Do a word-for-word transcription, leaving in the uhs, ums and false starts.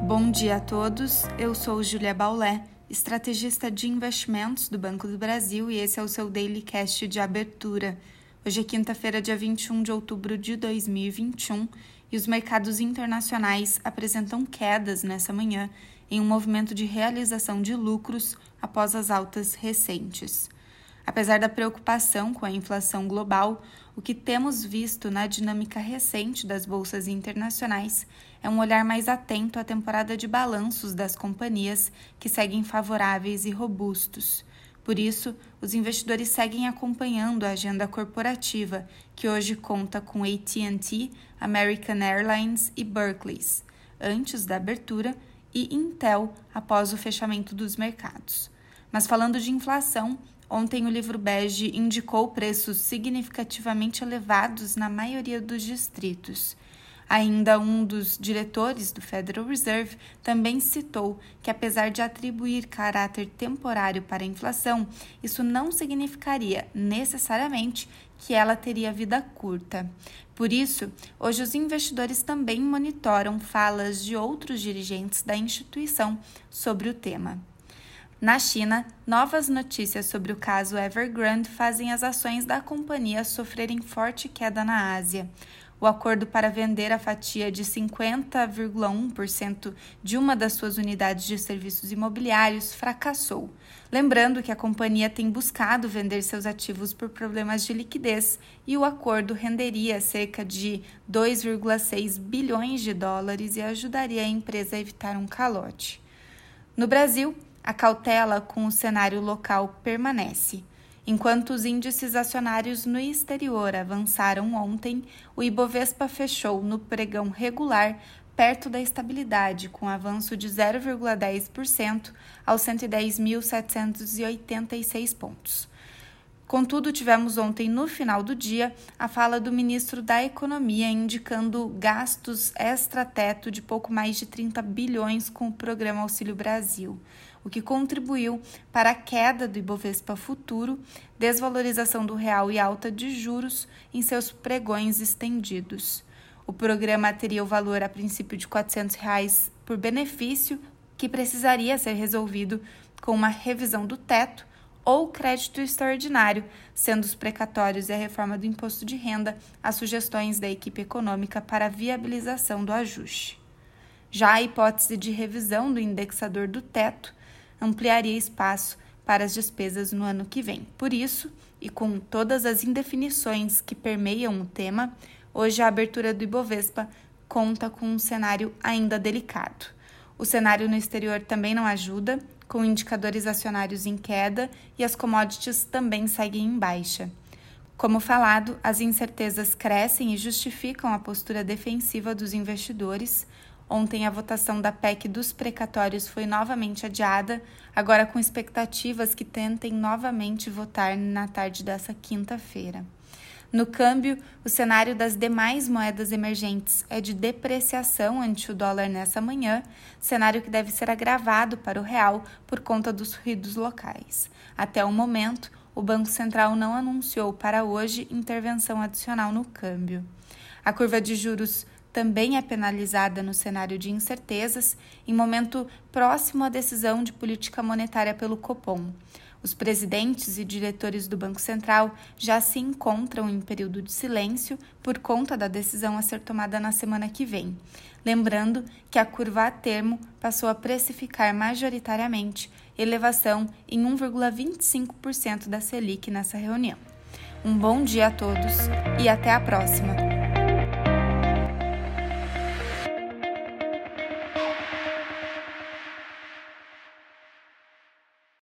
Bom dia a todos, eu sou Júlia Baulé, estrategista de investimentos do Banco do Brasil e esse é o seu Daily Cast de abertura. Hoje é quinta-feira, dia vinte e um de outubro de dois mil e vinte e um e os mercados internacionais apresentam quedas nessa manhã em um movimento de realização de lucros após as altas recentes. Apesar da preocupação com a inflação global, o que temos visto na dinâmica recente das bolsas internacionais é um olhar mais atento à temporada de balanços das companhias que seguem favoráveis e robustos. Por isso, os investidores seguem acompanhando a agenda corporativa, que hoje conta com A T and T, American Airlines e Barclays, antes da abertura, e Intel após o fechamento dos mercados. Mas falando de inflação, ontem o livro bege indicou preços significativamente elevados na maioria dos distritos. Ainda um dos diretores do Federal Reserve também citou que, apesar de atribuir caráter temporário para a inflação, isso não significaria necessariamente que ela teria vida curta. Por isso, hoje os investidores também monitoram falas de outros dirigentes da instituição sobre o tema. Na China, novas notícias sobre o caso Evergrande fazem as ações da companhia sofrerem forte queda na Ásia. O acordo para vender a fatia de cinquenta vírgula um por cento de uma das suas unidades de serviços imobiliários fracassou. Lembrando que a companhia tem buscado vender seus ativos por problemas de liquidez e o acordo renderia cerca de dois vírgula seis bilhões de dólares e ajudaria a empresa a evitar um calote. No Brasil, a cautela com o cenário local permanece. Enquanto os índices acionários no exterior avançaram ontem, o Ibovespa fechou no pregão regular perto da estabilidade, com avanço de zero vírgula dez por cento aos cento e dez mil setecentos e oitenta e seis pontos. Contudo, tivemos ontem, no final do dia, a fala do ministro da Economia indicando gastos extra-teto de pouco mais de trinta bilhões com o programa Auxílio Brasil, o que contribuiu para a queda do Ibovespa futuro, desvalorização do real e alta de juros em seus pregões estendidos. O programa teria o valor a princípio de quatrocentos reais por benefício, que precisaria ser resolvido com uma revisão do teto ou crédito extraordinário, sendo os precatórios e a reforma do imposto de renda as sugestões da equipe econômica para a viabilização do ajuste. Já a hipótese de revisão do indexador do teto ampliaria espaço para as despesas no ano que vem. Por isso, e com todas as indefinições que permeiam o tema, hoje a abertura do Ibovespa conta com um cenário ainda delicado. O cenário no exterior também não ajuda, com indicadores acionários em queda e as commodities também seguem em baixa. Como falado, as incertezas crescem e justificam a postura defensiva dos investidores. Ontem a votação da P E C dos precatórios foi novamente adiada, agora com expectativas que tentem novamente votar na tarde dessa quinta-feira. No câmbio, o cenário das demais moedas emergentes é de depreciação ante o dólar nessa manhã, cenário que deve ser agravado para o real por conta dos ruídos locais. Até o momento, o Banco Central não anunciou para hoje intervenção adicional no câmbio. A curva de juros também é penalizada no cenário de incertezas, em momento próximo à decisão de política monetária pelo Copom. Os presidentes e diretores do Banco Central já se encontram em período de silêncio por conta da decisão a ser tomada na semana que vem. Lembrando que a curva a termo passou a precificar majoritariamente elevação em um vírgula vinte e cinco por cento da Selic nessa reunião. Um bom dia a todos e até a próxima!